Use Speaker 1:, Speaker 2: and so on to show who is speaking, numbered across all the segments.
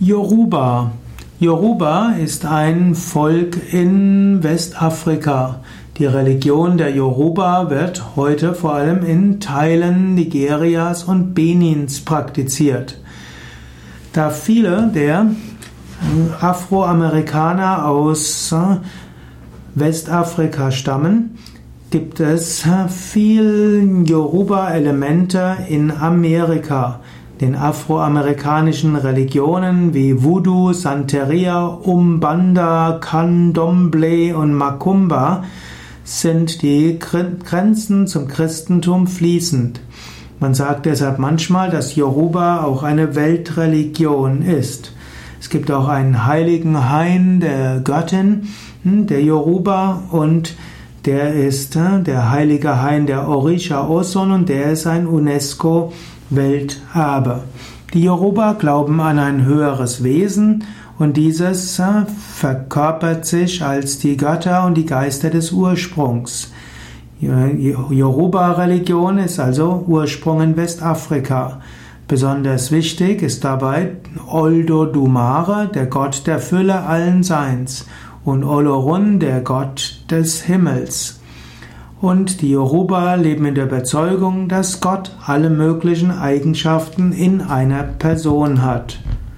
Speaker 1: Yoruba. Yoruba ist ein Volk in Westafrika. Die Religion der Yoruba wird heute vor allem in Teilen Nigerias und Benins praktiziert. Da viele der Afroamerikaner aus Westafrika stammen, gibt es viel Yoruba-Elemente in Amerika. Den afroamerikanischen Religionen wie Voodoo, Santeria, Umbanda, Candomblé und Macumba sind die Grenzen zum Christentum fließend. Man sagt deshalb manchmal, dass Yoruba auch eine Weltreligion ist. Es gibt auch einen heiligen Hain der Göttin, der Yoruba, und der ist der heilige Hain der Orisha Osun, und der ist ein UNESCO-Welterbe. Die Yoruba glauben an ein höheres Wesen, und dieses verkörpert sich als die Götter und die Geister des Ursprungs. Yoruba-Religion ist also Ursprung in Westafrika. Besonders wichtig ist dabei Oldodumare, der Gott der Fülle allen Seins, und Olorun, der Gott des Himmels. Und die Yoruba leben in der Überzeugung, dass Gott alle möglichen Eigenschaften in einer Person hat.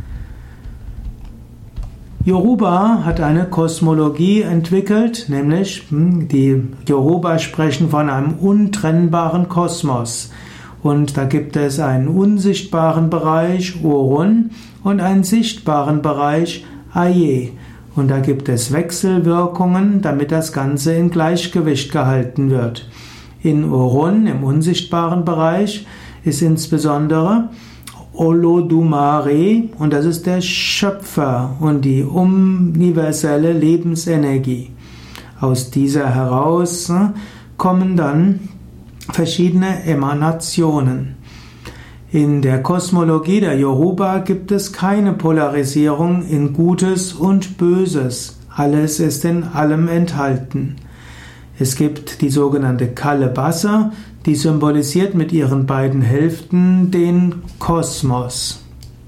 Speaker 1: Yoruba hat eine Kosmologie entwickelt, nämlich die Yoruba sprechen von einem untrennbaren Kosmos. Und da gibt es einen unsichtbaren Bereich, Orun, und einen sichtbaren Bereich, Aye. Und da gibt es Wechselwirkungen, damit das Ganze in Gleichgewicht gehalten wird. In Orun, im unsichtbaren Bereich, ist insbesondere Olodumare, und das ist der Schöpfer und die universelle Lebensenergie. Aus dieser heraus kommen dann verschiedene Emanationen. In der Kosmologie der Yoruba gibt es keine Polarisierung in Gutes und Böses. Alles ist in allem enthalten. Es gibt die sogenannte Kalebasse, die symbolisiert mit ihren beiden Hälften den Kosmos.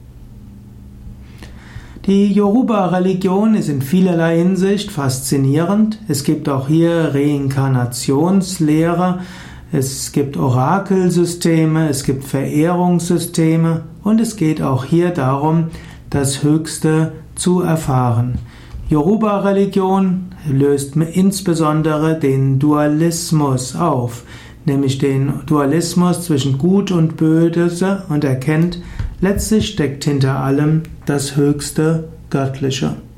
Speaker 1: Die Yoruba-Religion ist in vielerlei Hinsicht faszinierend. Es gibt auch hier Reinkarnationslehre, es gibt Orakelsysteme, es gibt Verehrungssysteme, und es geht auch hier darum, das Höchste zu erfahren. Yoruba-Religion löst insbesondere den Dualismus auf, nämlich den Dualismus zwischen Gut und Böse, und erkennt, letztlich steckt hinter allem das höchste Göttliche.